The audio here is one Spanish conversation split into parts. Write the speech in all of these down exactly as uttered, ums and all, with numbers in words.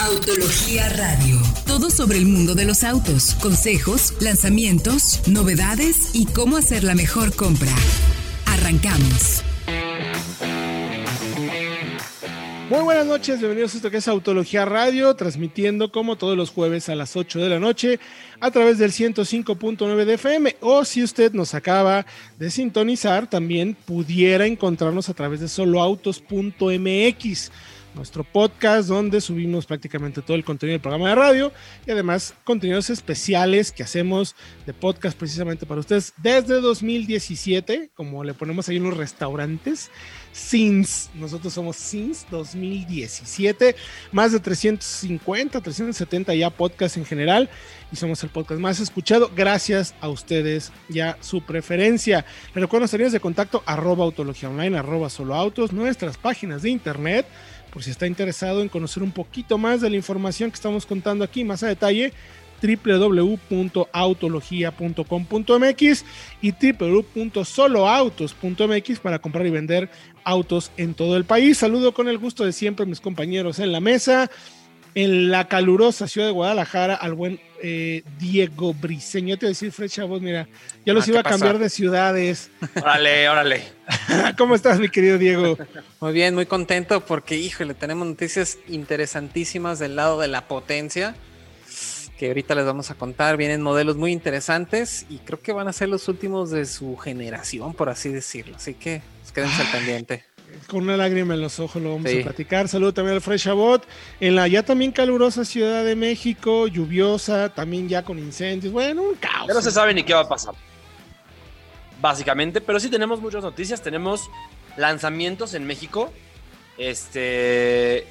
Autología Radio. Todo sobre el mundo de los autos, consejos, lanzamientos, novedades y cómo hacer la mejor compra. Arrancamos. Muy buenas noches, bienvenidos a esto que es Autología Radio, transmitiendo como todos los jueves a las ocho de la noche a través del ciento cinco punto nueve de F M, o si usted nos acaba de sintonizar, también pudiera encontrarnos a través de solo autos punto m x, nuestro podcast donde subimos prácticamente todo el contenido del programa de radio y además contenidos especiales que hacemos de podcast precisamente para ustedes desde dos mil diecisiete, como le ponemos ahí en los restaurantes, since, nosotros somos since dos mil diecisiete, más de trescientos cincuenta, trescientos setenta ya podcasts en general y somos el podcast más escuchado gracias a ustedes y a su preferencia. Les recuerdo las líneas de contacto arroba autología online, arroba solo autos, nuestras páginas de internet, por si está interesado en conocer un poquito más de la información que estamos contando aquí más a detalle, doble u doble u doble u punto autología punto com punto m x y doble u doble u doble u punto solo autos punto m x para comprar y vender autos en todo el país. Saludo con el gusto de siempre a mis compañeros en la mesa, en la calurosa ciudad de Guadalajara, al buen eh, Diego Briseño. Te voy a decir, Fred Chabot, mira, ya los ah, iba a cambiar pasa? de ciudades. Órale, órale. ¿Cómo estás, mi querido Diego? Muy bien, muy contento porque, híjole, tenemos noticias interesantísimas del lado de la potencia, que ahorita les vamos a contar. Vienen modelos muy interesantes y creo que van a ser los últimos de su generación, por así decirlo. Así que pues, quédense al pendiente. Con una lágrima en los ojos lo vamos sí. a platicar. Saludo también al Fred Chabot en la ya también calurosa Ciudad de México, lluviosa, también ya con incendios. Bueno, un caos. Ya no se sabe ni qué va a pasar, básicamente, pero sí tenemos muchas noticias. Tenemos lanzamientos en México. Este...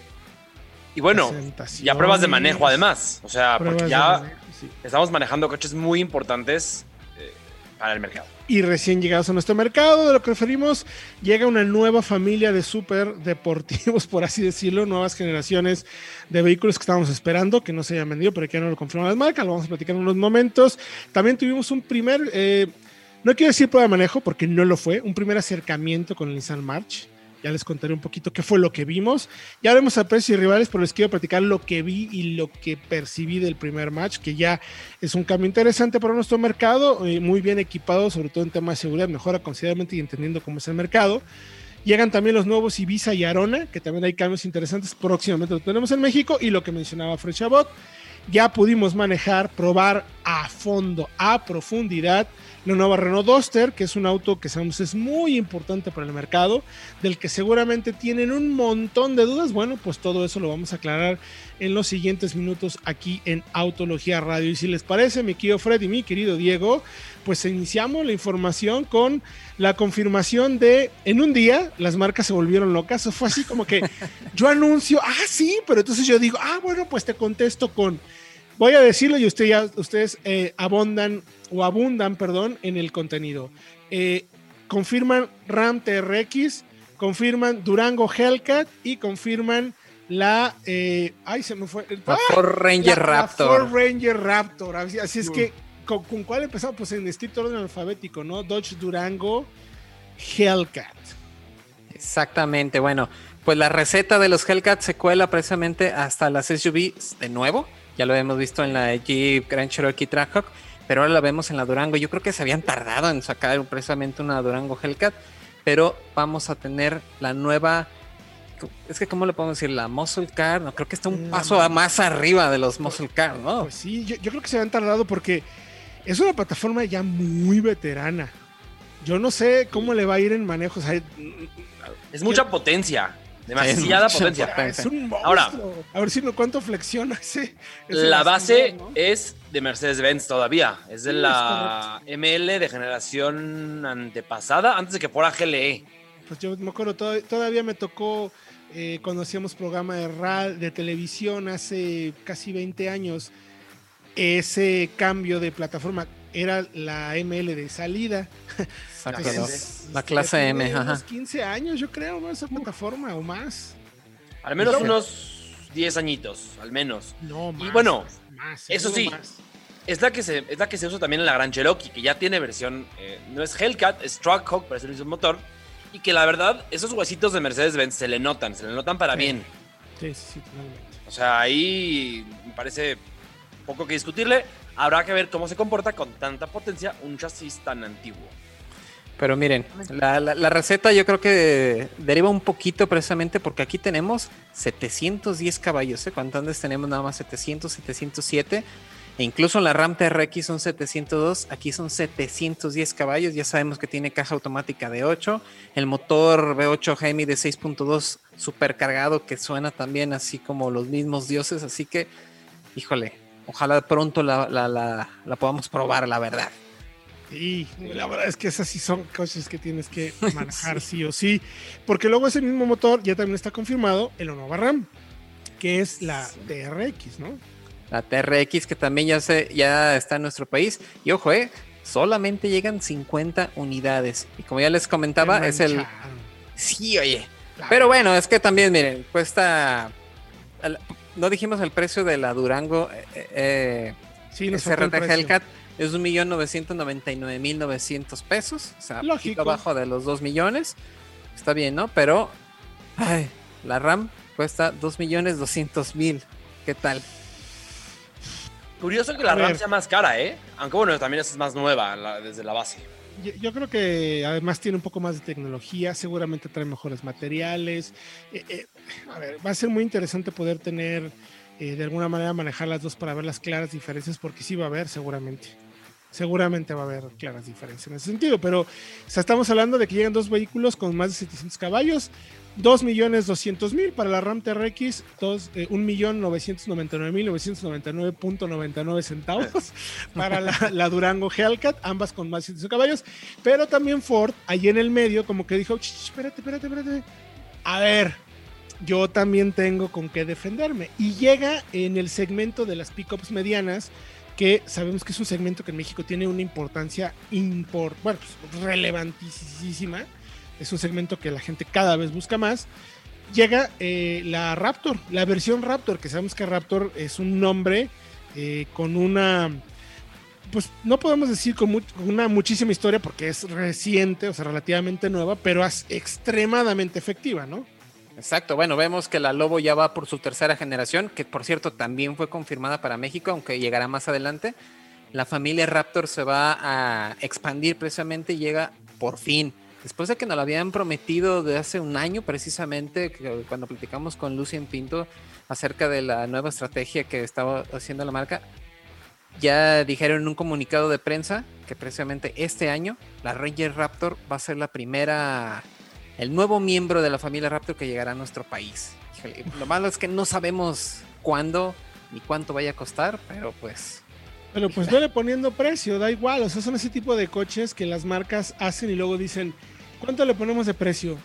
Y bueno, ya pruebas de manejo además. O sea, pruebas porque ya manejo, sí. estamos manejando coches muy importantes eh, para el mercado. Y recién llegados a nuestro mercado, de lo que referimos, llega una nueva familia de súper deportivos, por así decirlo, nuevas generaciones de vehículos que estábamos esperando, que no se hayan vendido, pero que ya no lo confirman las marcas, lo vamos a platicar en unos momentos. También tuvimos un primer, eh, no quiero decir prueba de manejo, porque no lo fue, un primer acercamiento con el Nissan March. Ya les contaré un poquito qué fue lo que vimos. Ya haremos a precios y rivales, pero les quiero platicar lo que vi y lo que percibí del primer match, que ya es un cambio interesante para nuestro mercado, eh, muy bien equipado, sobre todo en temas de seguridad, mejora considerablemente y entendiendo cómo es el mercado. Llegan también los nuevos Ibiza y Arona, que también hay cambios interesantes, próximamente lo tenemos en México, y lo que mencionaba Fred Chabot, ya pudimos manejar, probar a fondo, a profundidad, la nueva Renault Duster, que es un auto que sabemos es muy importante para el mercado, del que seguramente tienen un montón de dudas. Bueno, pues todo eso lo vamos a aclarar en los siguientes minutos aquí en Autología Radio. Y si les parece, mi querido Fred y mi querido Diego, pues iniciamos la información con la confirmación de, en un día, las marcas se volvieron locas. Fue así como que yo anuncio, ah, sí, pero entonces yo digo, ah, bueno, pues te contesto con... Voy a decirlo y usted ya, ustedes eh, abundan o abundan, perdón, en el contenido. Eh, confirman Ram T R X, confirman Durango Hellcat y confirman la, eh, ay, se me fue. La ¡ah! Ford Ranger la, Raptor. La Ford Ranger Raptor. Así, así es uh. que, ¿con, ¿con cuál empezamos? Pues en estricto orden alfabético, ¿no? Dodge Durango Hellcat. Exactamente, bueno, pues la receta de los Hellcat se cuela precisamente hasta las S U Vs de nuevo. Ya lo hemos visto en la Jeep Grand Cherokee Trackhawk, pero ahora la vemos en la Durango. Yo creo que se habían tardado en sacar precisamente una Durango Hellcat, pero vamos a tener la nueva, es que ¿cómo le podemos decir? La Muscle Car, no, creo que está un paso a más arriba de los Muscle Car, ¿no? Pues sí, yo, yo creo que se habían tardado porque es una plataforma ya muy veterana. Yo no sé cómo le va a ir en manejo. O sea, es mucha ¿qué? potencia. Demasiada es potencia. Es un monstruo. Ahora, a ver si no cuánto flexiona ese. ese la base, ¿no? Es de Mercedes-Benz todavía. Es de sí, la es M L de generación antepasada, antes de que fuera G L E. Pues yo me acuerdo, todavía, todavía me tocó eh, cuando hacíamos programa de, radio, de televisión hace casi veinte años. Ese cambio de plataforma era la M L de salida. Exacto, Entonces, la clase M. Unos ajá. quince años, yo creo, ¿no? Esa plataforma o más. Al menos unos diez añitos, al menos. No, más. Y bueno, más, eso sí, más. Es, la que se, es la que se usa también en la Grand Cherokee, que ya tiene versión, eh, no es Hellcat, es Trackhawk, parece el mismo motor. Y que la verdad, esos huesitos de Mercedes-Benz se le notan, se le notan para sí. bien. Sí, sí, sí, totalmente. O sea, ahí me parece poco que discutirle. Habrá que ver cómo se comporta con tanta potencia un chasis tan antiguo. Pero miren, la, la, la receta yo creo que deriva un poquito precisamente porque aquí tenemos setecientos diez caballos, ¿eh? Cuando antes tenemos nada más setecientos, setecientos siete, e incluso la RAM T R X son setecientos dos, aquí son setecientos diez caballos, ya sabemos que tiene caja automática de ocho, el motor V ocho Hemi de seis punto dos supercargado que suena también así como los mismos dioses, así que, híjole, ojalá pronto la, la, la, la podamos probar, la verdad. Sí, la verdad es que esas sí son cosas que tienes que manejar sí. sí o sí, porque luego ese mismo motor ya también está confirmado en la nueva RAM, que es la sí. T R X, ¿no? La T R X que también ya, se, ya está en nuestro país, y ojo, eh, solamente llegan cincuenta unidades, y como ya les comentaba, es el... Sí, oye, claro. Pero bueno, es que también, miren, cuesta... No dijimos el precio de la Durango eh, eh, sí, S R T Hellcat. Es un millón novecientos noventa y nueve mil novecientos pesos. O sea, un poquito abajo de los dos millones. Está bien, ¿no? Pero ay, la RAM cuesta dos millones doscientos mil. ¿Qué tal? Curioso que la RAM sea más cara, ¿eh? Aunque bueno, también es más nueva la, desde la base. Yo, yo creo que además tiene un poco más de tecnología. Seguramente trae mejores materiales. Eh, eh, a ver, va a ser muy interesante poder tener... Eh, de alguna manera manejar las dos para ver las claras diferencias, porque sí va a haber seguramente. Seguramente va a haber claras diferencias en ese sentido, pero o sea, estamos hablando de que llegan dos vehículos con más de setecientos caballos, dos millones doscientos mil para la RAM T R X, eh, un millón novecientos noventa y nueve mil novecientos noventa y nueve punto noventa y nueve centavos para la, la Durango Hellcat, ambas con más de setecientos caballos, pero también Ford, ahí en el medio, como que dijo, espérate, espérate, espérate, a ver, yo también tengo con qué defenderme. Y llega en el segmento de las pickups medianas, que sabemos que es un segmento que en México tiene una importancia import, bueno, pues, relevantísima. Es un segmento que la gente cada vez busca más. Llega eh, la Raptor, la versión Raptor, que sabemos que Raptor es un nombre eh, con una... Pues no podemos decir con mu- una muchísima historia porque es reciente, o sea, relativamente nueva, pero es extremadamente efectiva, ¿no? Exacto, bueno, vemos que la Lobo ya va por su tercera generación, que por cierto también fue confirmada para México, aunque llegará más adelante. La familia Raptor se va a expandir precisamente y llega por fin. Después de que nos lo habían prometido de hace un año precisamente, cuando platicamos con Lucien Pinto acerca de la nueva estrategia que estaba haciendo la marca, ya dijeron en un comunicado de prensa que precisamente este año la Ranger Raptor va a ser la primera... el nuevo miembro de la familia Raptor que llegará a nuestro país. Híjole, lo malo es que no sabemos cuándo ni cuánto vaya a costar, pero pues... Pero pues vele poniendo precio, da igual. O sea, son ese tipo de coches que las marcas hacen y luego dicen, ¿cuánto le ponemos de precio?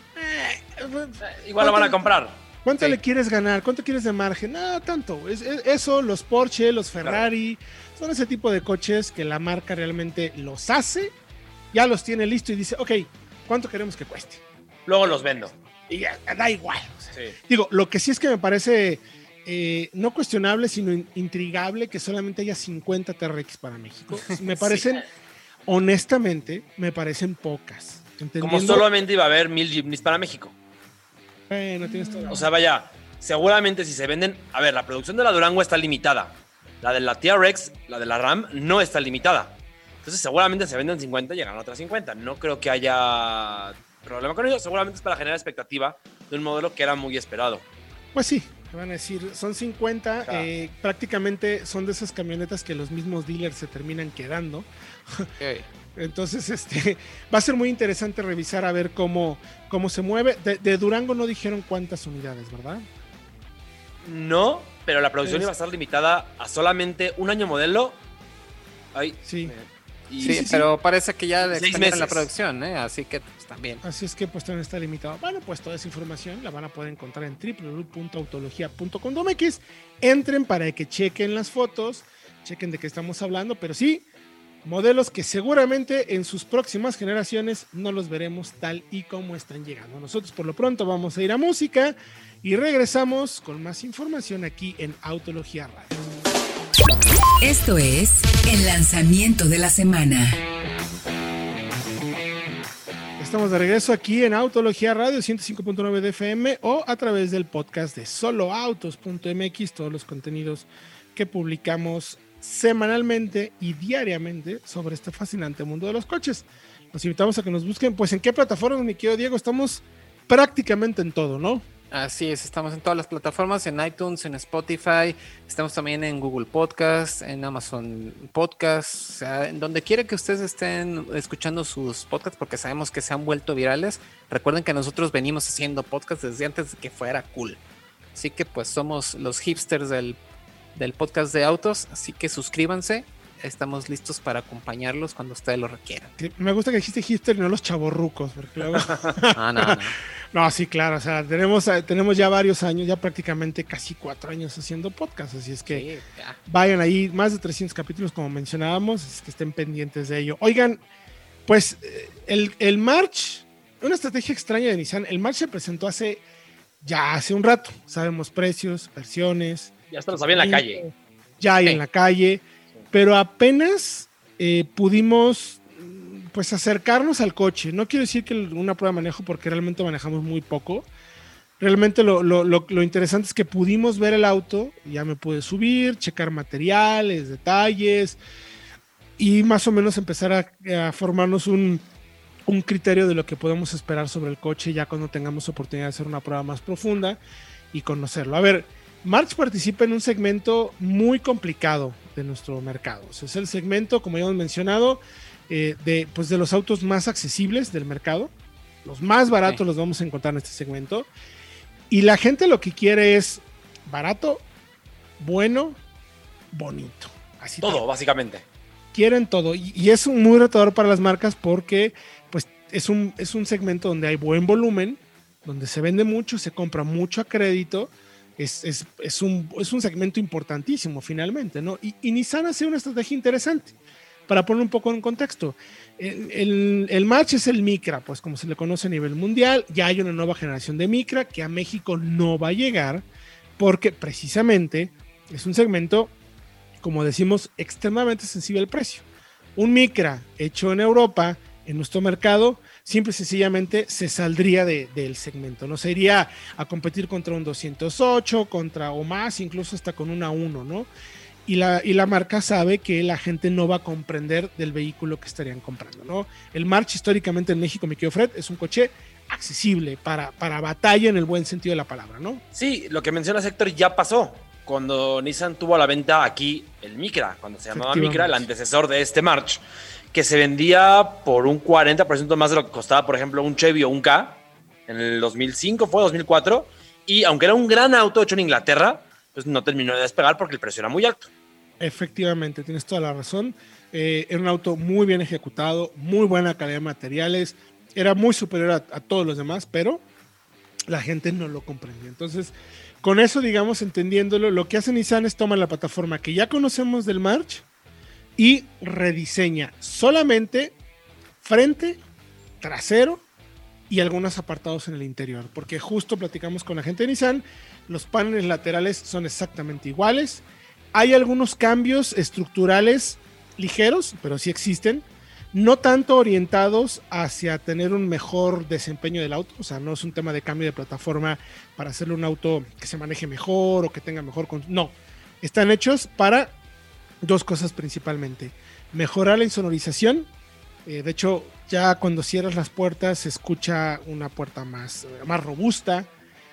Eh, igual lo van a comprar. ¿Cuánto sí. le quieres ganar? ¿Cuánto quieres de margen? No, tanto. Es, es, eso, los Porsche, los Ferrari, claro. Son ese tipo de coches que la marca realmente los hace, ya los tiene listo y dice, ok, ¿cuánto queremos que cueste? Luego los vendo. Y ya, da igual. O sea, sí. Digo, lo que sí es que me parece eh, no cuestionable, sino in- intrigable que solamente haya cincuenta T R X para México. Me parecen, sí. honestamente, me parecen pocas. Como solamente iba a haber mil Jeepneys para México. Bueno, tienes todo. O sea, vaya, seguramente si se venden... A ver, la producción de la Durango está limitada. La de la T R X, la de la RAM, no está limitada. Entonces seguramente se venden cincuenta y llegan otras cincuenta. No creo que haya... problema con ello, seguramente es para generar expectativa de un modelo que era muy esperado. Pues sí, van a decir, son cincuenta, claro. eh, prácticamente son de esas camionetas que los mismos dealers se terminan quedando. Okay. Entonces, este, va a ser muy interesante revisar a ver cómo, cómo se mueve. De, de Durango no dijeron cuántas unidades, ¿verdad? No, pero la producción es... iba a estar limitada a solamente un año modelo. Ay, sí. Me... Y, sí, sí, pero sí. Parece que ya expandieron la producción, ¿eh? Así que pues, también. Así es que pues también está limitado. Bueno, pues toda esa información la van a poder encontrar en doble u doble u doble u punto autología punto com punto m x. Entren para que chequen las fotos, chequen de qué estamos hablando, pero sí, modelos que seguramente en sus próximas generaciones no los veremos tal y como están llegando. Nosotros por lo pronto vamos a ir a música y regresamos con más información aquí en Autología Radio. Esto es el lanzamiento de la semana. estamos de regreso aquí en Autología Radio ciento cinco punto nueve de F M o a través del podcast de solo autos punto m x, todos los contenidos que publicamos semanalmente y diariamente sobre este fascinante mundo de los coches. Los invitamos a que nos busquen, pues, ¿en qué plataforma, mi querido Diego? Estamos prácticamente en todo, ¿no? Así es, estamos en todas las plataformas, en iTunes, en Spotify, estamos también en Google Podcast, en Amazon Podcast, o sea, en donde quiera que ustedes estén escuchando sus podcasts, porque sabemos que se han vuelto virales. Recuerden que nosotros venimos haciendo podcasts desde antes de que fuera cool. Así que pues somos los hipsters del, del podcast de autos, así que suscríbanse. Estamos listos para acompañarlos cuando ustedes lo requieran. Me gusta que dijiste hipster y no los chavorrucos, porque luego... no, no, no. No, sí, claro, o sea, tenemos, tenemos ya varios años, ya prácticamente casi cuatro años haciendo podcast, así es que sí, vayan ahí, más de trescientos capítulos como mencionábamos, es que estén pendientes de ello. Oigan, pues el, el March, una estrategia extraña de Nissan, el March se presentó hace, ya hace un rato, sabemos precios, versiones. Ya hasta lo sabía en la calle. Ya hay sí. en la calle. Pero apenas eh, pudimos pues acercarnos al coche. No quiero decir que una prueba de manejo porque realmente manejamos muy poco. Realmente lo, lo, lo, lo interesante es que pudimos ver el auto, ya me pude subir, checar materiales, detalles y más o menos empezar a, a formarnos un, un criterio de lo que podemos esperar sobre el coche ya cuando tengamos oportunidad de hacer una prueba más profunda y conocerlo. A ver, March participa en un segmento muy complicado de nuestro mercado. O sea, es el segmento, como ya hemos mencionado, eh, de, pues de los autos más accesibles del mercado. Los más baratos sí. los vamos a encontrar en este segmento. Y la gente lo que quiere es barato, bueno, bonito. Así todo, tal. Básicamente. Quieren todo. Y, y es muy retador para las marcas porque pues, es, un, es un segmento donde hay buen volumen, donde se vende mucho, se compra mucho a crédito. Es, es, es, un, es un segmento importantísimo finalmente, ¿no? Y, y Nissan hace una estrategia interesante para poner un poco en contexto. El, el, el March es el Micra, pues como se le conoce a nivel mundial. Ya hay una nueva generación de Micra que a México no va a llegar porque precisamente es un segmento, como decimos, extremadamente sensible al precio. Un Micra hecho en Europa, en nuestro mercado, simple y sencillamente se saldría de, del segmento, ¿no? Se iría a competir contra un doscientos ocho, contra o más, incluso hasta con una uno, ¿no? Y la, y la marca sabe que la gente no va a comprender del vehículo que estarían comprando, ¿no? El March históricamente en México, mi querido Fred, es un coche accesible para, para batalla en el buen sentido de la palabra, ¿no? Sí, lo que mencionas, Héctor, ya pasó. Cuando Nissan tuvo a la venta aquí el Micra, cuando se llamaba Micra, el antecesor de este March, que se vendía por un cuarenta por ciento más de lo que costaba, por ejemplo, un Chevy o un K en el dos mil cinco, fue dos mil cuatro, y aunque era un gran auto hecho en Inglaterra, pues no terminó de despegar porque el precio era muy alto. Efectivamente, tienes toda la razón. Eh, era un auto muy bien ejecutado, muy buena calidad de materiales, era muy superior a, a todos los demás, pero la gente no lo comprendía. Entonces, con eso, digamos, entendiéndolo, lo que hace Nissan es tomar la plataforma que ya conocemos del March y rediseña solamente frente, trasero y algunos apartados en el interior, porque justo platicamos con la gente de Nissan, los paneles laterales son exactamente iguales, hay algunos cambios estructurales ligeros, pero sí existen, no tanto orientados hacia tener un mejor desempeño del auto, o sea, no es un tema de cambio de plataforma para hacerle un auto que se maneje mejor o que tenga mejor... Con... No, están hechos para dos cosas principalmente. Mejorar la insonorización. Eh, de hecho, ya cuando cierras las puertas se escucha una puerta más, más robusta.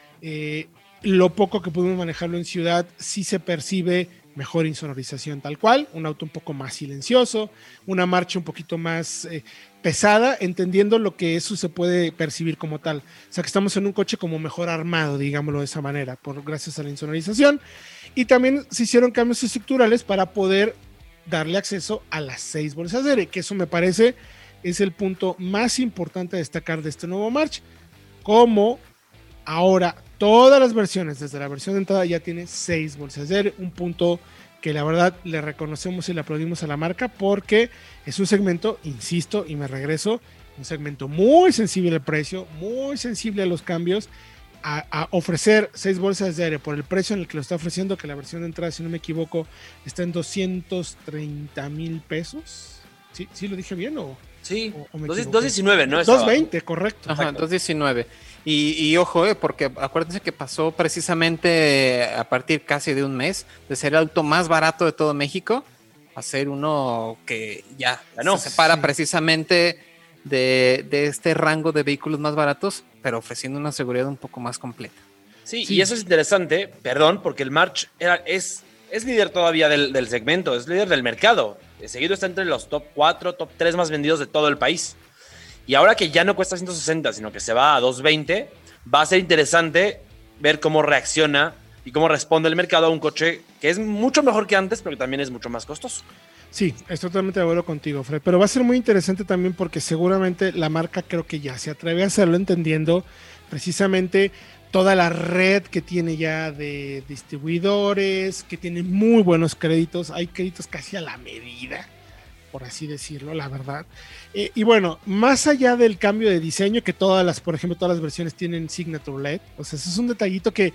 Eh, lo poco que pudimos manejarlo en ciudad, sí se percibe mejor insonorización tal cual. Un auto un poco más silencioso. Una marcha un poquito más eh, pesada, entendiendo lo que eso se puede percibir como tal. O sea, que estamos en un coche como mejor armado, digámoslo de esa manera, por, gracias a la insonorización. Y también se hicieron cambios estructurales para poder darle acceso a las seis bolsas de aire, que eso me parece es el punto más importante a destacar de este nuevo March. Como ahora todas las versiones, desde la versión de entrada, ya tiene seis bolsas de aire, un punto que la verdad le reconocemos y le aplaudimos a la marca porque es un segmento, insisto y me regreso, un segmento muy sensible al precio, muy sensible a los cambios. A, a ofrecer seis bolsas de aire por el precio en el que lo está ofreciendo, que la versión de entrada, si no me equivoco, está en doscientos treinta mil pesos. ¿Sí, ¿Sí lo dije bien o...? Sí, dos diecinueve, ¿no? dos veinte, correcto. Ajá, dos diecinueve. Y, y ojo, eh, porque acuérdense que pasó precisamente a partir casi de un mes de ser el auto más barato de todo México a ser uno que ya no, se separa sí. precisamente de, de este rango de vehículos más baratos, pero ofreciendo una seguridad un poco más completa. Sí, sí. Y eso es interesante, perdón, porque el March era, es, es líder todavía del, del segmento, es líder del mercado. Seguido está entre los top cuatro, top tres más vendidos de todo el país. Y ahora que ya no cuesta ciento sesenta, sino que se va a doscientos veinte, va a ser interesante ver cómo reacciona y cómo responde el mercado a un coche que es mucho mejor que antes, pero que también es mucho más costoso. Sí, estoy totalmente de acuerdo contigo, Fred. Pero va a ser muy interesante también porque seguramente la marca creo que ya se atreve a hacerlo entendiendo precisamente toda la red que tiene ya de distribuidores, que tiene muy buenos créditos. Hay créditos casi a la medida, por así decirlo, la verdad. Eh, y bueno, más allá del cambio de diseño, que todas las, por ejemplo, todas las versiones tienen Signature L E D, o sea, ese es un detallito que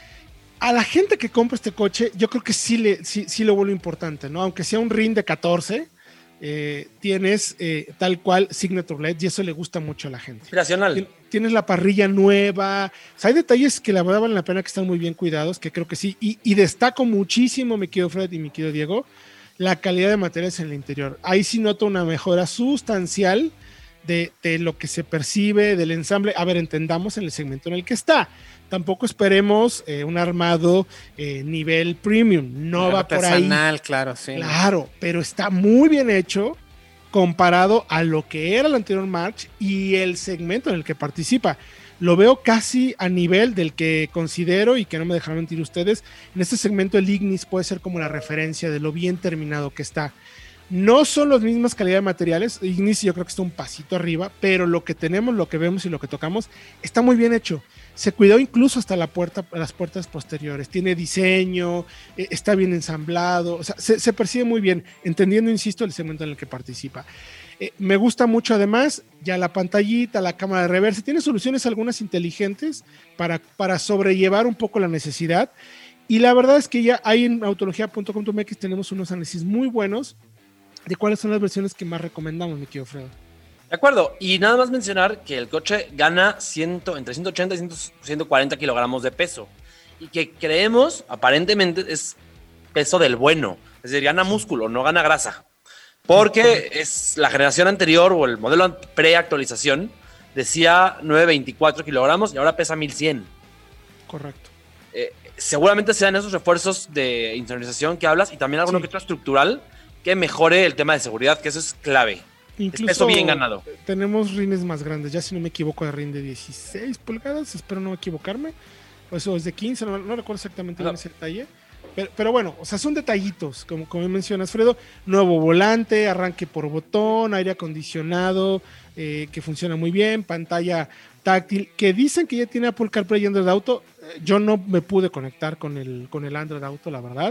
a la gente que compra este coche, yo creo que sí, le, sí, sí lo vuelve importante, ¿no? Aunque sea un R I N de catorce, eh, tienes eh, tal cual Signature L E D y eso le gusta mucho a la gente. Inspiracional. Tienes la parrilla nueva, o sea, hay detalles que la verdad valen la pena, que están muy bien cuidados, que creo que sí, y, y destaco muchísimo, mi querido Fred y mi querido Diego, la calidad de materiales en el interior. Ahí sí noto una mejora sustancial de, de lo que se percibe del ensamble. A ver, entendamos en el segmento en el que está. Tampoco esperemos eh, un armado eh, nivel premium. No va por ahí. Claro, sí. Claro, pero está muy bien hecho comparado a lo que era el anterior March y el segmento en el que participa. Lo veo casi a nivel del que considero, y que no me dejarán mentir ustedes, en este segmento el Ignis puede ser como la referencia de lo bien terminado que está. No son las mismas calidad de materiales, Ignis yo creo que está un pasito arriba, pero lo que tenemos, lo que vemos y lo que tocamos está muy bien hecho. Se cuidó incluso hasta la puerta, las puertas posteriores, tiene diseño, eh, está bien ensamblado, o sea, se, se percibe muy bien, entendiendo, insisto, el segmento en el que participa. Eh, me gusta mucho además ya la pantallita, la cámara de reversa, tiene soluciones algunas inteligentes para, para sobrellevar un poco la necesidad, y la verdad es que ya hay en autología punto com punto m x tenemos unos análisis muy buenos de cuáles son las versiones que más recomendamos, mi querido Fredo. De acuerdo, y nada más mencionar que el coche gana cien, entre ciento ochenta y ciento cuarenta kilogramos de peso, y que creemos, aparentemente, es peso del bueno, es decir, gana músculo, no gana grasa. Porque es la generación anterior o el modelo pre-actualización decía novecientos veinticuatro kilogramos y ahora pesa mil cien. Correcto. Eh, seguramente sean esos refuerzos de insonorización que hablas y también alguno sí. que otro estructural que mejore el tema de seguridad, que eso es clave. Incluso es peso bien ganado. Tenemos rines más grandes, ya si no me equivoco de rin de dieciséis pulgadas, espero no equivocarme. O eso es de quince, no, no recuerdo exactamente no. ese detalle. Pero, pero bueno, o sea, son detallitos, como, como mencionas, Fredo. Nuevo volante, arranque por botón, aire acondicionado, eh, que funciona muy bien, pantalla táctil, que dicen que ya tiene Apple CarPlay y Android Auto. Yo no me pude conectar con el, con el Android Auto, la verdad.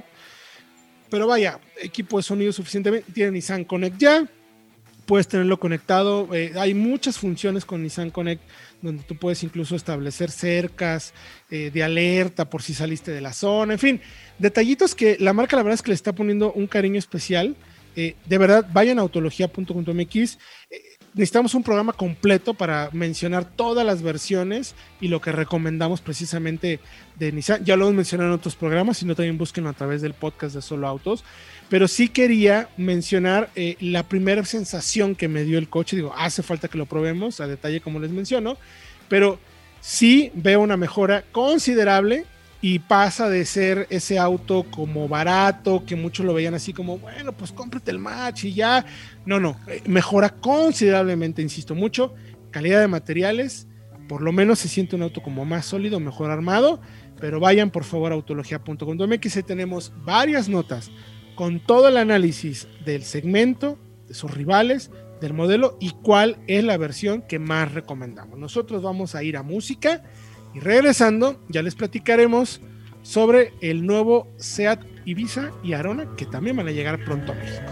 Pero vaya, equipo de sonido suficientemente. Tiene Nissan Connect ya. Puedes tenerlo conectado. Eh, hay muchas funciones con Nissan Connect donde tú puedes incluso establecer cercas eh, de alerta por si saliste de la zona. En fin, detallitos que la marca la verdad es que le está poniendo un cariño especial. Eh, de verdad, vayan a autología punto com punto m x. Eh, necesitamos un programa completo para mencionar todas las versiones y lo que recomendamos precisamente de Nissan. Ya lo hemos mencionado en otros programas, si no también búsquenlo a través del podcast de Solo Autos. Pero sí quería mencionar eh, la primera sensación que me dio el coche. Digo, hace falta que lo probemos a detalle como les menciono, pero sí veo una mejora considerable y pasa de ser ese auto como barato, que muchos lo veían así como, bueno, pues cómprate el Match y ya. No, no, eh, mejora considerablemente, insisto mucho, calidad de materiales, por lo menos se siente un auto como más sólido, mejor armado, pero vayan por favor a autología punto com punto m x, tenemos varias notas con todo el análisis del segmento, de sus rivales, del modelo y cuál es la versión que más recomendamos. Nosotros vamos a ir a música y regresando ya les platicaremos sobre el nuevo Seat Ibiza y Arona, que también van a llegar pronto a México.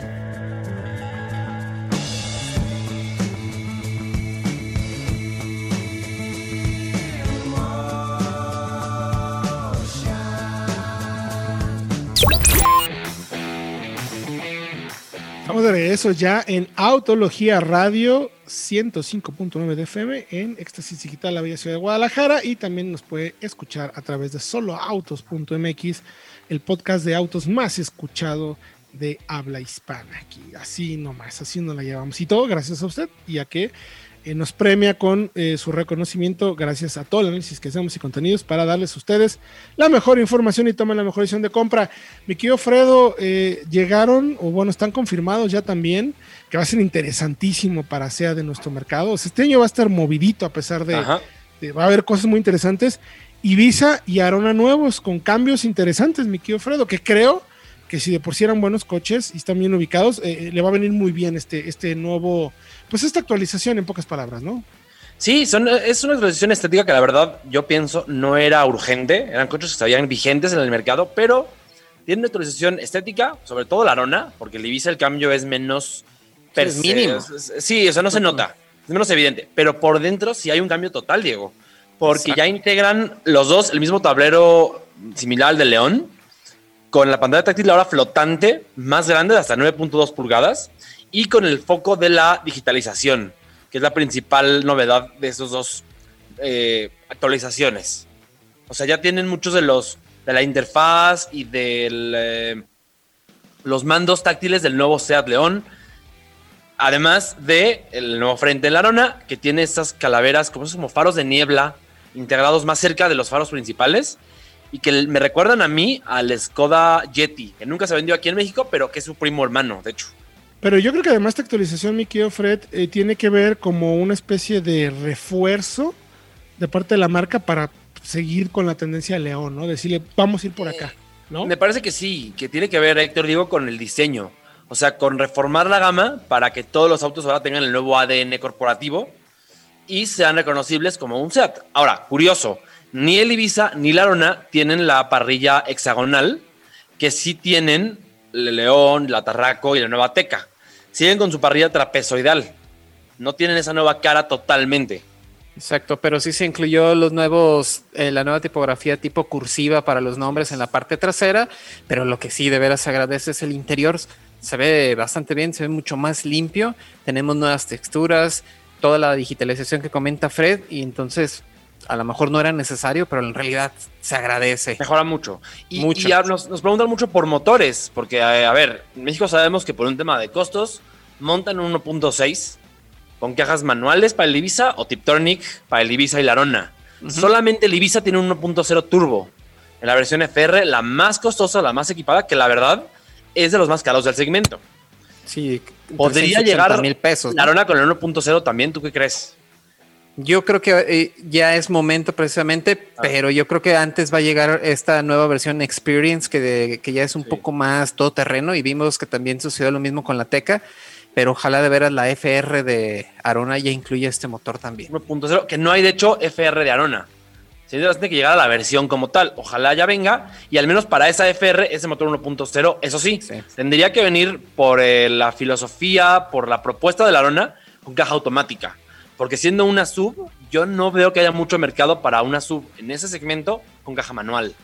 Estamos de regreso ya en Autología Radio ciento cinco punto nueve de F M en Éxtasis Digital, la bella ciudad de Guadalajara, y también nos puede escuchar a través de solo autos punto m x, el podcast de autos más escuchado de habla hispana. Aquí, así nomás, así nos la llevamos. Y todo gracias a usted, y a que eh, nos premia con eh, su reconocimiento gracias a todo el análisis que hacemos y contenidos para darles a ustedes la mejor información y tomen la mejor decisión de compra. Mi querido Fredo, eh, llegaron, o bueno, están confirmados ya también, que va a ser interesantísimo para S E A de nuestro mercado. O sea, este año va a estar movidito a pesar de, de va a haber cosas muy interesantes. Ibiza y Arona nuevos con cambios interesantes, mi querido Fredo, que creo que si de por sí eran buenos coches y están bien ubicados, eh, le va a venir muy bien este, este nuevo, pues esta actualización, en pocas palabras, ¿no? Sí, son, es una actualización estética que la verdad yo pienso no era urgente, eran coches que estaban vigentes en el mercado, pero tiene una actualización estética, sobre todo la Arona, porque el Ibiza el cambio es menos... Sí, es mínimo. Sí, o sea, no se nota, es menos evidente, pero por dentro sí hay un cambio total, Diego, porque Exacto. ya integran los dos el mismo tablero similar al de León, con la pantalla táctil ahora flotante, más grande, de hasta nueve punto dos pulgadas, y con el foco de la digitalización, que es la principal novedad de esas dos eh, actualizaciones. O sea, ya tienen muchos de los de la interfaz y de eh, los mandos táctiles del nuevo SEAT León, además de el nuevo frente en la Arona, que tiene estas calaveras como, como faros de niebla integrados más cerca de los faros principales, y que me recuerdan a mí al Skoda Yeti, que nunca se vendió aquí en México, pero que es su primo hermano, de hecho. Pero yo creo que además esta actualización, mi querido Fred, eh, tiene que ver como una especie de refuerzo de parte de la marca para seguir con la tendencia de León, ¿no? Decirle, vamos a ir por acá, ¿no? Me parece que sí, que tiene que ver, Héctor, digo, con el diseño. O sea, con reformar la gama para que todos los autos ahora tengan el nuevo A D N corporativo y sean reconocibles como un SEAT. Ahora, curioso, ni el Ibiza ni la Arona tienen la parrilla hexagonal, que sí tienen el León, la Tarraco y la nueva Teca. Siguen con su parrilla trapezoidal. No tienen esa nueva cara totalmente. Exacto, pero sí se incluyó los nuevos, eh, la nueva tipografía tipo cursiva para los nombres en la parte trasera, pero lo que sí de veras se agradece es el interior. Se ve bastante bien, se ve mucho más limpio. Tenemos nuevas texturas, toda la digitalización que comenta Fred, y entonces a lo mejor no era necesario, pero en realidad se agradece. Mejora mucho. Y, mucho. y ya nos, nos preguntan mucho por motores, porque a, a ver, en México sabemos que por un tema de costos, montan un uno punto seis con cajas manuales para el Ibiza o Tiptronic para el Ibiza y la Arona. Uh-huh. Solamente el Ibiza tiene un uno punto cero turbo. En la versión F R, la más costosa, la más equipada, que la verdad es de los más caros del segmento. Sí, podría llegar mil pesos, la Arona con el uno punto cero también. ¿Tú qué crees? Yo creo que eh, ya es momento precisamente, ah. pero yo creo que antes va a llegar esta nueva versión Experience que, de, que ya es un sí. poco más todoterreno, y vimos que también sucedió lo mismo con la Teca, pero ojalá de veras la F R de Arona ya incluya este motor también. uno punto cero, que no hay de hecho F R de Arona. Se tiene que llegar a la versión como tal. Ojalá ya venga, y al menos para esa F R, ese motor uno punto cero, eso sí, sí, tendría que venir por eh, la filosofía, por la propuesta de la Arona con caja automática. Porque siendo una sub, yo no veo que haya mucho mercado para una sub en ese segmento con caja manual.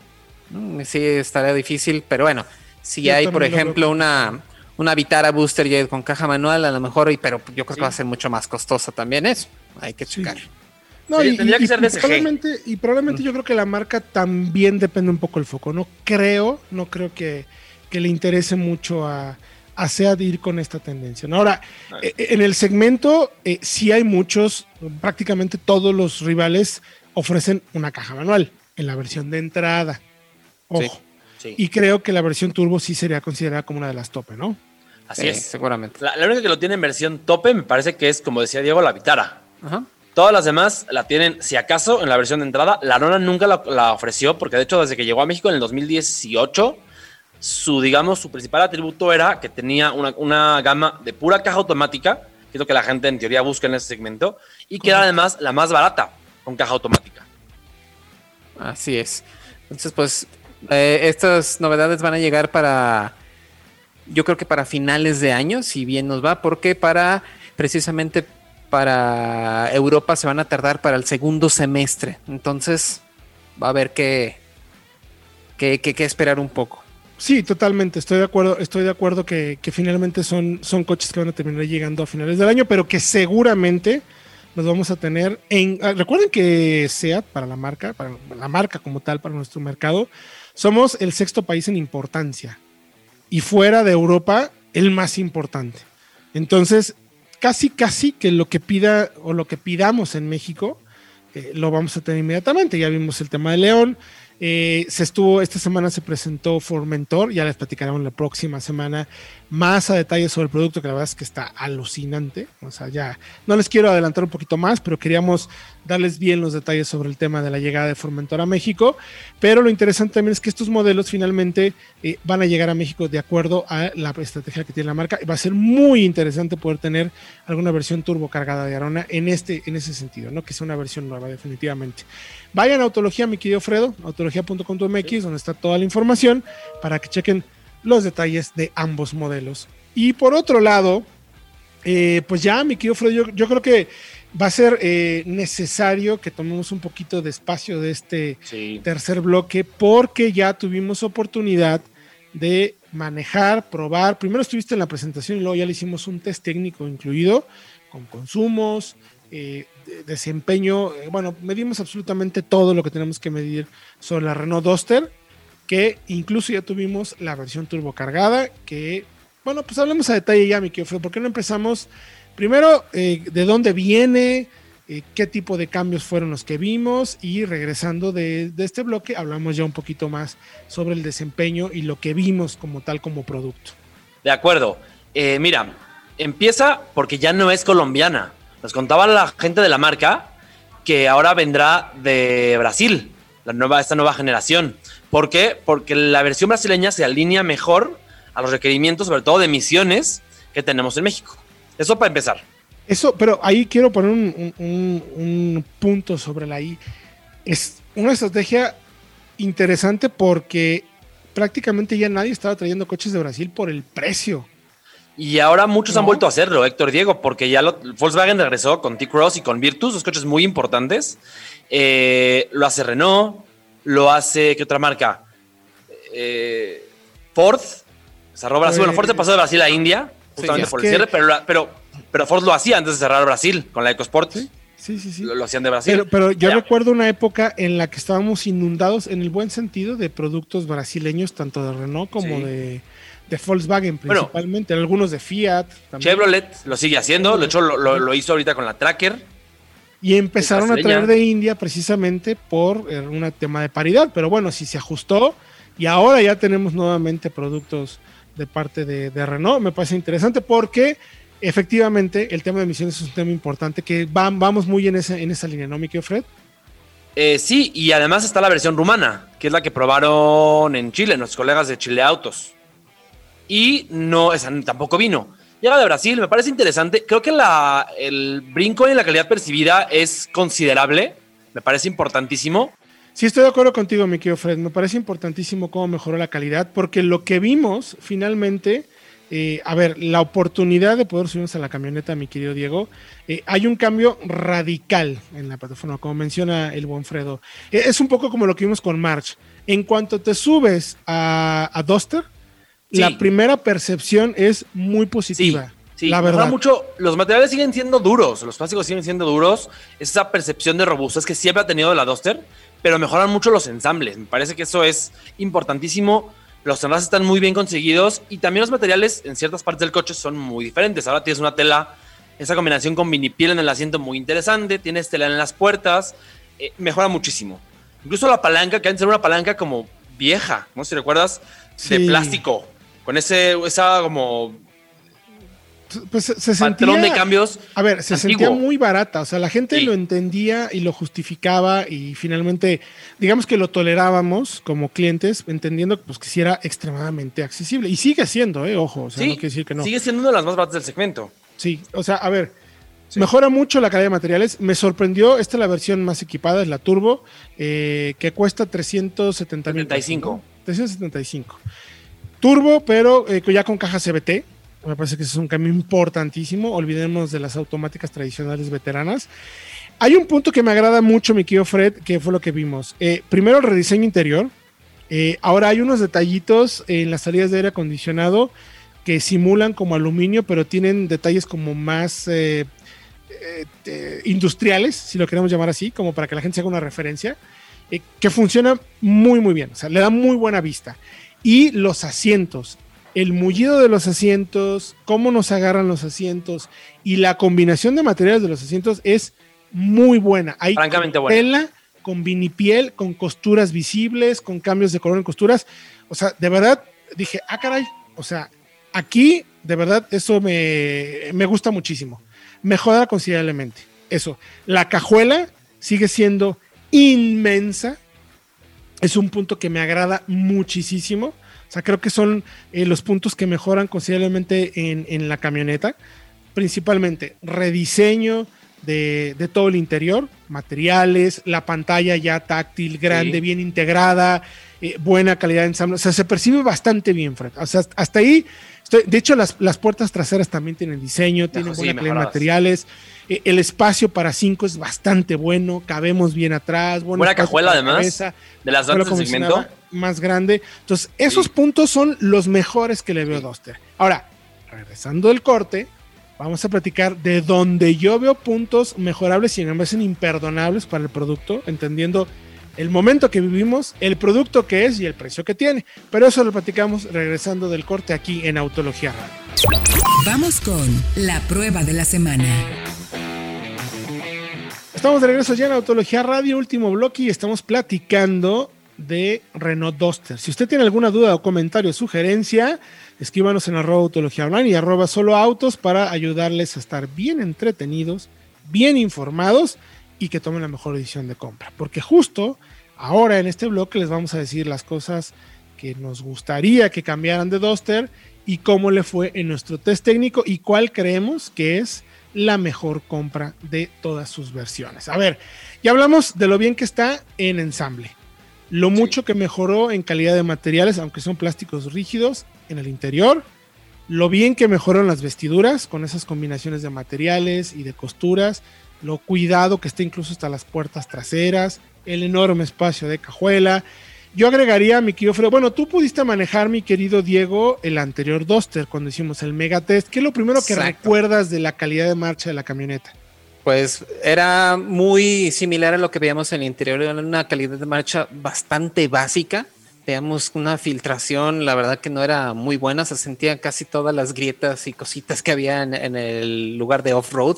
Sí, estaría difícil, pero bueno, si yo hay, por ejemplo, una, una Vitara Booster Jet con caja manual, a lo mejor, pero yo creo sí. que va a ser mucho más costosa también eso. Hay que checar. Sí. No, sí, y, tendría y, que ser y, de S G. probablemente, y probablemente mm. yo creo que la marca también depende un poco del foco. No creo, no creo que, que le interese mucho a... a SEAT ir con esta tendencia. Ahora, eh, en el segmento eh, sí hay muchos, prácticamente todos los rivales ofrecen una caja manual en la versión de entrada. Ojo. Sí, sí. Y creo que la versión turbo sí sería considerada como una de las tope, ¿no? Así sí, es. Seguramente. La, la única que lo tiene en versión tope me parece que es, como decía Diego, la Vitara. Ajá. Todas las demás la tienen, si acaso, en la versión de entrada. La Arona nunca la, la ofreció, porque de hecho desde que llegó a México en el dos mil dieciocho... su, digamos, su principal atributo era que tenía una, una gama de pura caja automática, que es lo que la gente en teoría busca en ese segmento, y que era además la más barata con caja automática. Así es. Entonces, pues, eh, estas novedades van a llegar para, yo creo que para finales de año, si bien nos va, porque para, precisamente para Europa se van a tardar para el segundo semestre. Entonces, va a haber que, que, que, que esperar un poco. Sí, totalmente, estoy de acuerdo, estoy de acuerdo que, que finalmente son, son coches que van a terminar llegando a finales del año, pero que seguramente los vamos a tener en... Recuerden que SEAT, para la marca, para la marca como tal, para nuestro mercado, somos el sexto país en importancia y fuera de Europa, el más importante. Entonces, casi, casi que lo que pida o lo que pidamos en México, eh, lo vamos a tener inmediatamente. Ya vimos el tema de León. Eh, se estuvo, esta semana se presentó Formentor, ya les platicaremos la próxima semana más a detalle sobre el producto, que la verdad es que está alucinante. O sea, ya no les quiero adelantar un poquito más, pero queríamos darles bien los detalles sobre el tema de la llegada de Formentor a México. Pero lo interesante también es que estos modelos finalmente eh, van a llegar a México de acuerdo a la estrategia que tiene la marca. Va a ser muy interesante poder tener alguna versión turbo cargada de Arona en, este, en ese sentido, ¿no? Que sea una versión nueva definitivamente. Vayan a Autología, mi querido Fredo, autología punto com punto m x, donde está toda la información para que chequen los detalles de ambos modelos. Y por otro lado, eh, pues ya, mi querido Fredo, yo, yo creo que va a ser eh, necesario que tomemos un poquito de espacio de este sí. tercer bloque, porque ya tuvimos oportunidad de manejar, probar. Primero estuviste en la presentación y luego ya le hicimos un test técnico incluido con consumos, eh, de desempeño. Eh, bueno, medimos absolutamente todo lo que tenemos que medir sobre la Renault Duster, que incluso ya tuvimos la versión turbocargada, que, bueno, pues hablemos a detalle ya, mi querido Fred. ¿Por qué no empezamos? Primero, eh, ¿de dónde viene? Eh, ¿Qué tipo de cambios fueron los que vimos? Y regresando de, de este bloque, hablamos ya un poquito más sobre el desempeño y lo que vimos como tal, como producto. De acuerdo. Eh, mira, empieza porque ya no es colombiana. Nos contaba la gente de la marca que ahora vendrá de Brasil, la nueva, esta nueva generación. ¿Por qué? Porque la versión brasileña se alinea mejor a los requerimientos, sobre todo de emisiones, que tenemos en México. Eso para empezar. Eso, pero ahí quiero poner un, un, un punto sobre la I. Es una estrategia interesante porque prácticamente ya nadie estaba trayendo coches de Brasil por el precio. Y ahora muchos ¿No? han vuelto a hacerlo, Héctor Diego, porque ya lo, Volkswagen regresó con T-Cross y con Virtus, dos coches muy importantes. Eh, lo hace Renault, lo hace, ¿qué otra marca? Eh, Ford, cerró Brasil. Eh, bueno, Ford se pasó de Brasil a India, justamente sí, por el que... cierre, pero, pero, pero Ford lo hacía antes de cerrar Brasil, con la EcoSport. Sí, sí, sí. sí. Lo, lo hacían de Brasil. Pero, pero yo ya. recuerdo una época en la que estábamos inundados, en el buen sentido, de productos brasileños, tanto de Renault como sí. de... de Volkswagen principalmente, bueno, algunos de Fiat también. Chevrolet lo sigue haciendo, de hecho lo, lo, lo hizo ahorita con la Tracker. Y empezaron a traer de India precisamente por un tema de paridad, pero bueno, si se ajustó y ahora ya tenemos nuevamente productos de parte de, de Renault, me parece interesante porque efectivamente el tema de emisiones es un tema importante que va, vamos muy en esa, en esa línea, ¿no, mi querido Fred? Eh, sí, y además está la versión rumana, que es la que probaron en Chile, nuestros colegas de Chile Autos. Y no, esa tampoco vino. Llega de Brasil, me parece interesante. Creo que la, el brinco en la calidad percibida es considerable. Me parece importantísimo. Sí, estoy de acuerdo contigo, mi querido Fred. Me parece importantísimo cómo mejoró la calidad, porque lo que vimos finalmente, eh, a ver, la oportunidad de poder subirnos a la camioneta, mi querido Diego, eh, hay un cambio radical en la plataforma, como menciona el buen Fredo. Eh, es un poco como lo que vimos con March. En cuanto te subes a, a Duster, sí. la primera percepción es muy positiva. Sí. Sí, la verdad. Mucho, los materiales siguen siendo duros, los plásticos siguen siendo duros. Esa percepción de robustez que siempre ha tenido la Duster, pero mejoran mucho los ensambles. Me parece que eso es importantísimo. Los enlaces están muy bien conseguidos y también los materiales en ciertas partes del coche son muy diferentes. Ahora tienes una tela, esa combinación con vinipiel en el asiento muy interesante. Tienes tela en las puertas, eh, mejora muchísimo. Incluso la palanca, que antes era una palanca como vieja, ¿no? Si recuerdas, sí. de plástico, con ese, esa como... Pues se, se patrón sentía, de cambios. A ver, se antiguo. sentía muy barata. O sea, la gente sí. lo entendía y lo justificaba y finalmente, digamos que lo tolerábamos como clientes, entendiendo pues, que sí era extremadamente accesible. Y sigue siendo, ¿eh? Ojo, o sea, sí, no quiere decir que no. Sigue siendo una de las más baratas del segmento. Sí, o sea, a ver, sí. mejora mucho la calidad de materiales. Me sorprendió, esta es la versión más equipada, es la Turbo, eh, que cuesta trescientos setenta mil. setenta y cinco. ¿No? trescientos setenta y cinco. Turbo, pero eh, ya con caja C V T. Me parece que ese es un cambio importantísimo. Olvidemos de las automáticas tradicionales veteranas. Hay un punto que me agrada mucho, mi querido Fred, que fue lo que vimos. Eh, primero, el rediseño interior. Eh, ahora hay unos detallitos en las salidas de aire acondicionado que simulan como aluminio, pero tienen detalles como más eh, eh, eh, industriales, si lo queremos llamar así, como para que la gente se haga una referencia, eh, que funciona muy muy bien, o sea, le da muy buena vista. Y los asientos, el mullido de los asientos, cómo nos agarran los asientos y la combinación de materiales de los asientos es muy buena. Hay francamente con buena. Tela, con vinipiel, con costuras visibles, con cambios de color en costuras. O sea, de verdad dije, ah, caray, o sea, aquí de verdad eso me, me gusta muchísimo. Mejora considerablemente. Eso, la cajuela sigue siendo inmensa. Es un punto que me agrada muchísimo. O sea, creo que son eh, los puntos que mejoran considerablemente en, en la camioneta. Principalmente rediseño de, de todo el interior, materiales, la pantalla ya táctil, grande, sí. bien integrada, eh, buena calidad de ensamble. O sea, se percibe bastante bien, Fred. O sea, hasta ahí, estoy, de hecho, las, las puertas traseras también tienen diseño, tienen sí, buena calidad de materiales. Eh, el espacio para cinco es bastante bueno, cabemos bien atrás. Buena cajuela, además, cabeza, de las datas de segmento. Más grande. Entonces, esos sí. puntos son los mejores que le veo sí. a Duster. Ahora, regresando del corte, vamos a platicar de donde yo veo puntos mejorables y en vez de imperdonables para el producto, entendiendo el momento que vivimos, el producto que es y el precio que tiene. Pero eso lo platicamos regresando del corte aquí en Autología Radio. Vamos con la prueba de la semana. Estamos de regreso ya en Autología Radio, último bloque, y estamos platicando de Renault Duster. Si usted tiene alguna duda o comentario o sugerencia, escríbanos en arroba Autología Online y arroba Solo Autos para ayudarles a estar bien entretenidos, bien informados y que tomen la mejor decisión de compra. Porque justo ahora en este bloque les vamos a decir las cosas que nos gustaría que cambiaran de Duster y cómo le fue en nuestro test técnico y cuál creemos que es la mejor compra de todas sus versiones. A ver, ya hablamos de lo bien que está en ensamble. Lo mucho sí. que mejoró en calidad de materiales, aunque son plásticos rígidos, en el interior. Lo bien que mejoró en las vestiduras, con esas combinaciones de materiales y de costuras. Lo cuidado que está incluso hasta las puertas traseras. El enorme espacio de cajuela. Yo agregaría, mi querido Fredo, bueno, tú pudiste manejar, mi querido Diego, el anterior Duster cuando hicimos el Mega Test. ¿Qué es lo primero que Exacto. recuerdas de la calidad de marcha de la camioneta? Pues era muy similar a lo que veíamos en el interior, era una calidad de marcha bastante básica. Veíamos una filtración, la verdad que no era muy buena, se sentían casi todas las grietas y cositas que había en, en el lugar de off-road.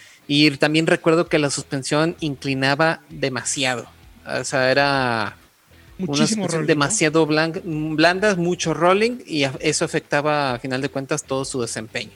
Y también recuerdo que la suspensión inclinaba demasiado, o sea, era muchísimo rolling, demasiado ¿no? blanca, blanda, mucho rolling, y eso afectaba a final de cuentas todo su desempeño.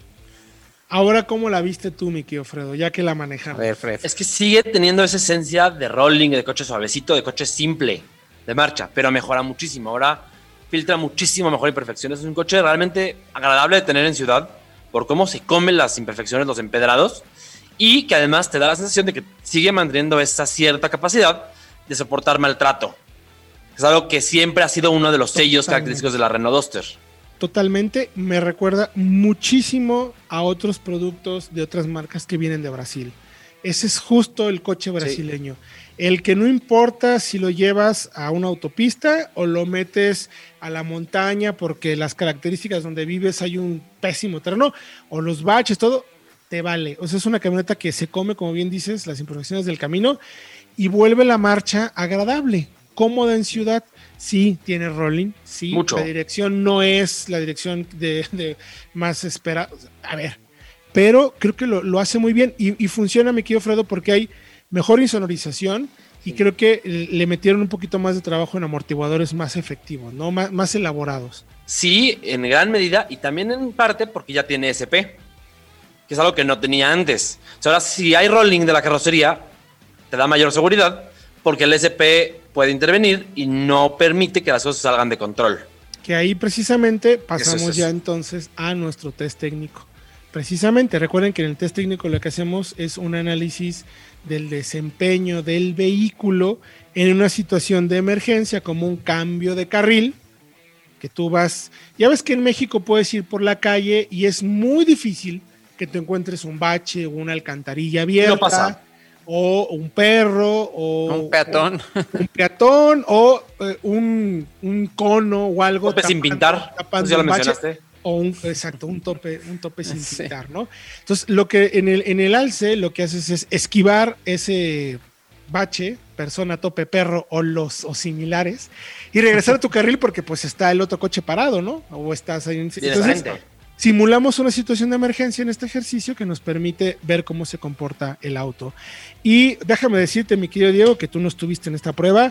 Ahora, ¿cómo la viste tú, mi querido Fredo, ya que la manejamos? A ver, Fred. Es que sigue teniendo esa esencia de rolling, de coche suavecito, de coche simple, de marcha, pero mejora muchísimo. Ahora filtra muchísimo mejor imperfecciones. Es un coche realmente agradable de tener en ciudad por cómo se comen las imperfecciones, los empedrados, y que además te da la sensación de que sigue manteniendo esa cierta capacidad de soportar maltrato. Es algo que siempre ha sido uno de los sellos característicos de la Renault Duster. Totalmente, me recuerda muchísimo a otros productos de otras marcas que vienen de Brasil. Ese es justo el coche brasileño. Sí. El que no importa si lo llevas a una autopista o lo metes a la montaña porque las características donde vives hay un pésimo terreno o los baches, todo, te vale. O sea, es una camioneta que se come, como bien dices, las imperfecciones del camino y vuelve la marcha agradable, cómoda en ciudad. Sí, tiene rolling, sí, Mucho. La dirección no es la dirección de, de más esperada. A ver, pero creo que lo, lo hace muy bien y, y funciona, mi querido Fredo, porque hay mejor insonorización y sí. creo que le metieron un poquito más de trabajo en amortiguadores más efectivos, ¿no? Más, más elaborados. Sí, en gran medida y también en parte porque ya tiene S P, que es algo que no tenía antes. O sea, ahora, si hay rolling de la carrocería, te da mayor seguridad porque el S P puede intervenir y no permite que las cosas salgan de control. Que ahí precisamente pasamos eso es ya eso. entonces a nuestro test técnico. Precisamente, recuerden que en el test técnico lo que hacemos es un análisis del desempeño del vehículo en una situación de emergencia, como un cambio de carril, que tú vas, ya ves que en México puedes ir por la calle y es muy difícil que te encuentres un bache o una alcantarilla abierta. No pasa. o un perro, o un peatón, o, un peatón, o eh, un, un cono o algo. Tope tapando, sin pintar, tapando ya lo bache, mencionaste. O un, exacto, un tope, un tope sin sí. pintar, ¿no? Entonces, lo que en el, en el alce lo que haces es esquivar ese bache, persona, tope, perro o los o similares, y regresar a tu carril porque pues está el otro coche parado, ¿no? O estás ahí en... Entonces, simulamos una situación de emergencia en este ejercicio que nos permite ver cómo se comporta el auto. Y déjame decirte, mi querido Diego, que tú no estuviste en esta prueba.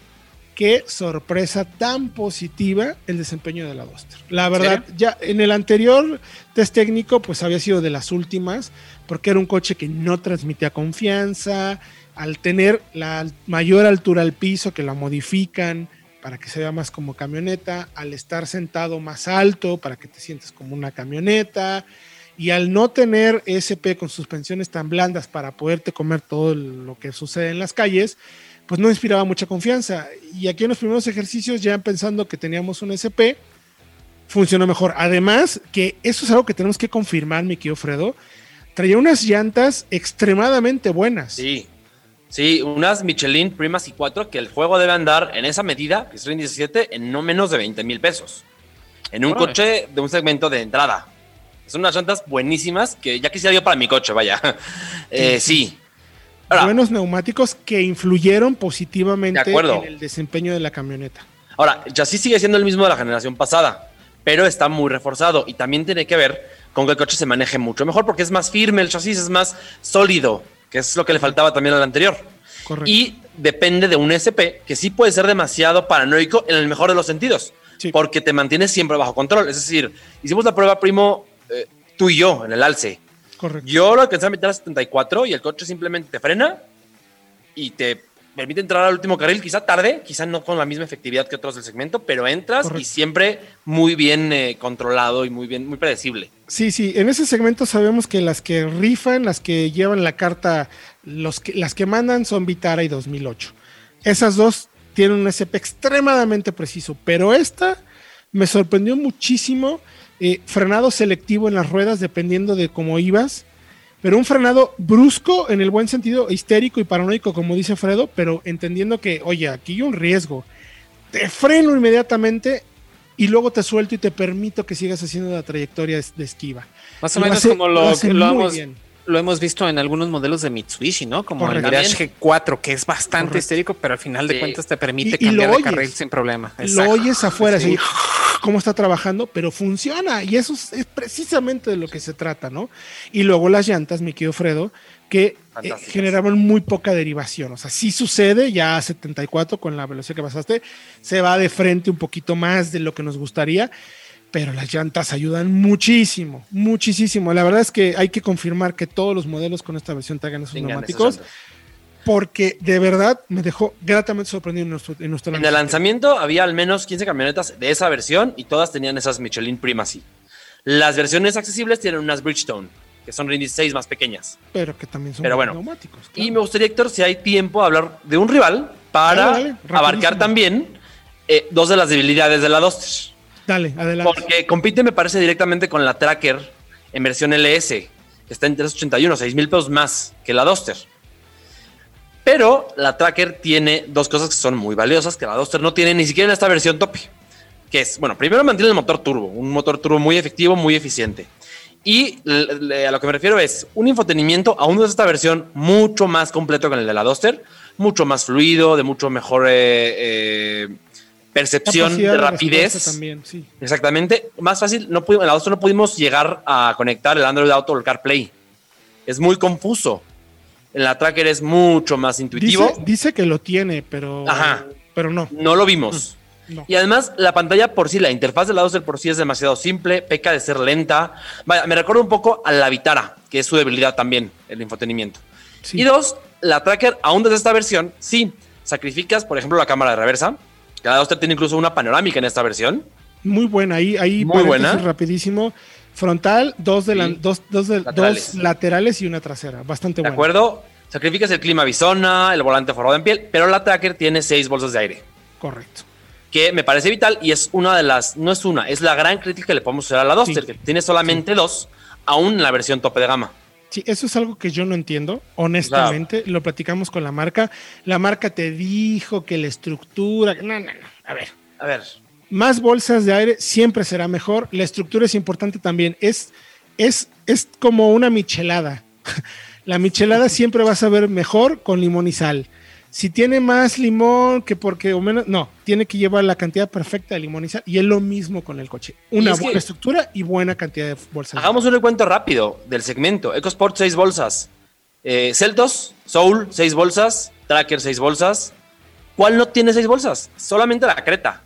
Qué sorpresa tan positiva el desempeño de la Duster. La verdad, ¿sí? Ya en el anterior test técnico, pues había sido de las últimas, porque era un coche que no transmitía confianza. Al tener la mayor altura al piso, que la modifican para que se vea más como camioneta, al estar sentado más alto para que te sientas como una camioneta, y al no tener E S P con suspensiones tan blandas para poderte comer todo lo que sucede en las calles, pues no inspiraba mucha confianza. Y aquí en los primeros ejercicios, ya pensando que teníamos un E S P, funcionó mejor. Además, que eso es algo que tenemos que confirmar, mi querido Fredo, traía unas llantas extremadamente buenas. Sí. Sí, unas Michelin Prima C cuatro que el juego debe andar en esa medida, que es Ring diecisiete, en no menos de veinte mil pesos. En un oh. coche de un segmento de entrada. Son unas llantas buenísimas que ya quisiera yo para mi coche, vaya. eh, sí. Ahora, buenos neumáticos que influyeron positivamente en el desempeño de la camioneta. Ahora, el chasis sigue siendo el mismo de la generación pasada, pero está muy reforzado y también tiene que ver con que el coche se maneje mucho mejor porque es más firme, el chasis es más sólido, que es lo que le faltaba también al anterior. Correcto. Y depende de un E S P que sí puede ser demasiado paranoico en el mejor de los sentidos, sí. Porque te mantienes siempre bajo control. Es decir, hicimos la prueba, primo, eh, tú y yo, en el alce. Correcto. Yo lo alcancé a meter a setenta y cuatro y el coche simplemente te frena y te permite entrar al último carril, quizá tarde, quizá no con la misma efectividad que otros del segmento, pero entras. Correcto. Y siempre muy bien eh, controlado y muy bien, muy predecible. Sí, sí, en ese segmento sabemos que las que rifan, las que llevan la carta, los que, las que mandan son Vitara y dos mil ocho. Esas dos tienen un E S P extremadamente preciso, pero esta me sorprendió muchísimo. Eh, frenado selectivo en las ruedas dependiendo de cómo ibas, pero un frenado brusco en el buen sentido, histérico y paranoico, como dice Fredo, pero entendiendo que, oye, aquí hay un riesgo. Te freno inmediatamente y luego te suelto y te permito que sigas haciendo la trayectoria de esquiva. Más o menos hace, como lo, lo, que lo, hemos, lo hemos visto en algunos modelos de Mitsubishi, ¿no? Como el Mirage G cuatro, que es bastante Correcto. histérico, pero al final de sí. cuentas te permite y, cambiar y de carril sin problema. Exacto. Lo oyes afuera, sí. así, cómo está trabajando, pero funciona, y eso es, es precisamente de lo que se trata, ¿no? Y luego las llantas, mi querido Fredo, que eh, generaban muy poca derivación, o sea, sí sucede, ya a setenta y cuatro con la velocidad que pasaste, se va de frente un poquito más de lo que nos gustaría, pero las llantas ayudan muchísimo, muchísimo. La verdad es que hay que confirmar que todos los modelos con esta versión traigan esos Vengan neumáticos, porque de verdad me dejó gratamente sorprendido en nuestro, en nuestro En el lanzamiento había al menos quince camionetas de esa versión y todas tenían esas Michelin Primacy. Las versiones accesibles tienen unas Bridgestone, que son Ring dieciséis más pequeñas. Pero que también son Pero bueno, neumáticos. Claro. Y me gustaría, Héctor, si hay tiempo, hablar de un rival para dale, dale, abarcar también eh, dos de las debilidades de la Duster. Dale, adelante. Porque compite, me parece, directamente con la Tracker en versión L S, que está en trescientos ochenta y uno, seis mil pesos más que la Duster. Pero la Tracker tiene dos cosas que son muy valiosas, que la Duster no tiene ni siquiera en esta versión tope. Que es, bueno, primero mantiene el motor turbo, un motor turbo muy efectivo, muy eficiente. Y le, le, a lo que me refiero es un infotenimiento, aún de esta versión, mucho más completo que el de la Duster, mucho más fluido, de mucho mejor eh, eh, percepción Capacidad de rapidez. De también, sí. Exactamente. Más fácil, no pudimos, en la Duster no pudimos llegar a conectar el Android Auto o el CarPlay. Es muy confuso. En la Tracker es mucho más intuitivo. Dice, dice que lo tiene, pero, Ajá. pero no. No lo vimos. No. Y además, la pantalla por sí, la interfaz de la Duster por sí es demasiado simple, peca de ser lenta. Vaya, me recuerda un poco a la Vitara, que es su debilidad también, el infotenimiento. Sí. Y dos, la Tracker, aún desde esta versión, sí, sacrificas, por ejemplo, la cámara de reversa, que la Duster tiene incluso una panorámica en esta versión. Muy buena, ahí, ahí muy buena. Rapidísimo. Frontal, dos, de la, sí. dos, dos, de, laterales. dos laterales y una trasera. Bastante buena. De acuerdo. Sacrificas el clima bisona, el volante forrado en piel, pero la Tracker tiene seis bolsas de aire. Correcto. Que me parece vital y es una de las, no es una, es la gran crítica que le podemos hacer a la Duster, sí. que tiene solamente sí. dos, aún en la versión tope de gama. Sí, eso es algo que yo no entiendo, honestamente. Claro. Lo platicamos con la marca. La marca te dijo que la estructura... No, no, no. A ver. A ver. Más bolsas de aire siempre será mejor. La estructura es importante también. Es, es, es como una michelada. La michelada siempre va a saber mejor con limón y sal. Si tiene más limón que porque o menos, no, tiene que llevar la cantidad perfecta de limón y sal. Y es lo mismo con el coche. Una buena que, estructura y buena cantidad de bolsas. Hagamos un recuento rápido del segmento. EcoSport, seis bolsas. Eh, Celtos, Soul, seis bolsas. Tracker, seis bolsas. ¿Cuál no tiene seis bolsas? Solamente la Creta.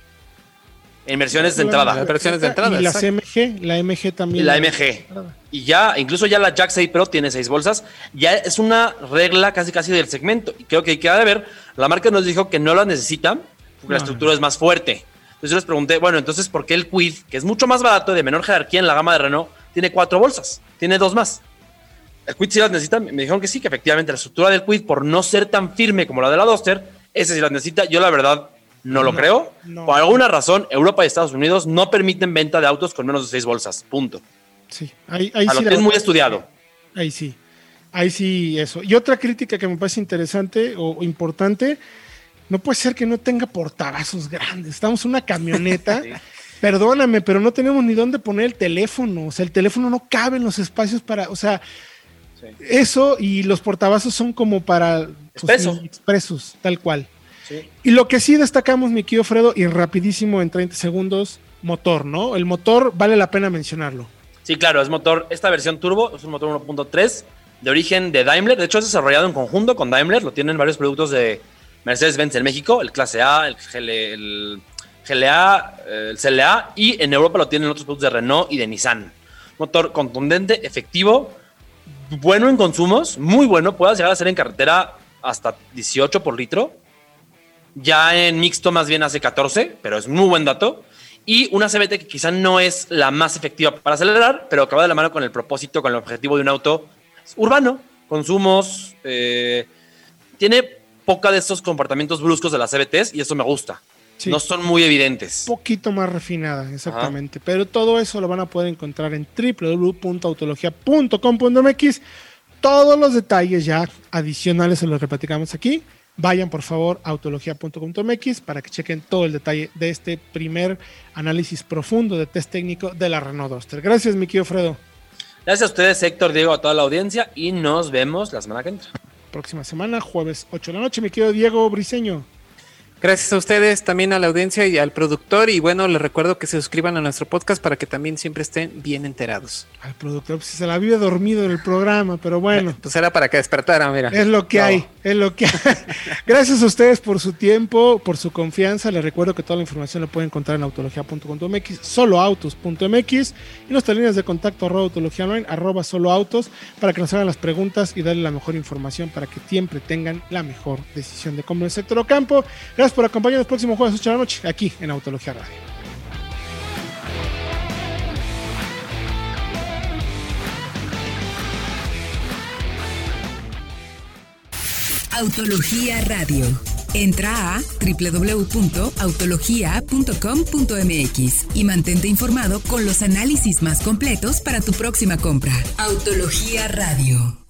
En versiones de entrada. Las versiones de entrada. Y las M G, la M G también. Y la M G. Y ya, incluso ya la Jack seis Pro tiene seis bolsas. Ya es una regla casi casi del segmento. Y creo que hay que ver, la marca nos dijo que no la necesitan porque no, la estructura no. es más fuerte. Entonces yo les pregunté, bueno, entonces ¿por qué el Kwid, que es mucho más barato y de menor jerarquía en la gama de Renault, tiene cuatro bolsas? Tiene dos más. ¿El Kwid sí las necesita? Me dijeron que sí, que efectivamente la estructura del Kwid, por no ser tan firme como la de la Duster, ese sí las necesita. Yo la verdad... No lo no, creo. No. Por alguna razón, Europa y Estados Unidos no permiten venta de autos con menos de seis bolsas. Punto. Sí, ahí, ahí a sí. Lo que es muy estudiado. Ahí sí. Ahí sí, eso. Y otra crítica que me parece interesante o, o importante, no puede ser que no tenga portavasos grandes. Estamos en una camioneta. Sí. Perdóname, pero no tenemos ni dónde poner el teléfono. O sea, el teléfono no cabe en los espacios para. O sea, sí. Eso y los portavasos son como para pues, sí, expresos, tal cual. Sí. Y lo que sí destacamos, mi querido Fredo, y rapidísimo en treinta segundos, motor, ¿no? El motor vale la pena mencionarlo. Sí, claro, es motor, esta versión turbo es un motor uno punto tres de origen de Daimler, de hecho es desarrollado en conjunto con Daimler, lo tienen varios productos de Mercedes-Benz en México, el Clase A, el G L, el G L A, el C L A, y en Europa lo tienen otros productos de Renault y de Nissan. Motor contundente, efectivo, bueno en consumos, muy bueno, puedas llegar a hacer en carretera hasta dieciocho por litro. Ya en mixto más bien hace catorce, pero es muy buen dato. Y una C V T que quizá no es la más efectiva para acelerar, pero que va de la mano con el propósito, con el objetivo de un auto urbano, consumos. Eh, tiene poca de estos comportamientos bruscos de las C V Ts y eso me gusta. Sí. No son muy evidentes. Un poquito más refinada, exactamente. Ajá. Pero todo eso lo van a poder encontrar en doble u doble u doble u punto autologia punto com punto m x. Todos los detalles ya adicionales se los replaticamos aquí. Vayan por favor a autologia punto com punto m x para que chequen todo el detalle de este primer análisis profundo de test técnico de la Renault Duster. Gracias, mi querido Fredo. Gracias a ustedes, Héctor, Diego, a toda la audiencia y nos vemos la semana que entra. Próxima semana, jueves ocho de la noche, mi querido Diego Briseño. Gracias a ustedes, también a la audiencia y al productor. Y bueno, les recuerdo que se suscriban a nuestro podcast para que también siempre estén bien enterados. Al productor, pues se la vive dormido en el programa, pero bueno. Pues era para que despertara, mira. Es lo que no. hay, es lo que hay. Gracias a ustedes por su tiempo, por su confianza. Les recuerdo que toda la información la pueden encontrar en autologia punto com punto m x, soloautos punto m x y nuestras líneas de contacto arroba autología online, arroba soloautos, para que nos hagan las preguntas y darle la mejor información para que siempre tengan la mejor decisión de compra en el sector Ocampo. Gracias por acompañarnos el próximo jueves ocho de la noche aquí en Autología Radio. Autología Radio. Entra a doble u doble u doble u punto autología punto com punto m x y mantente informado con los análisis más completos para tu próxima compra. Autología Radio.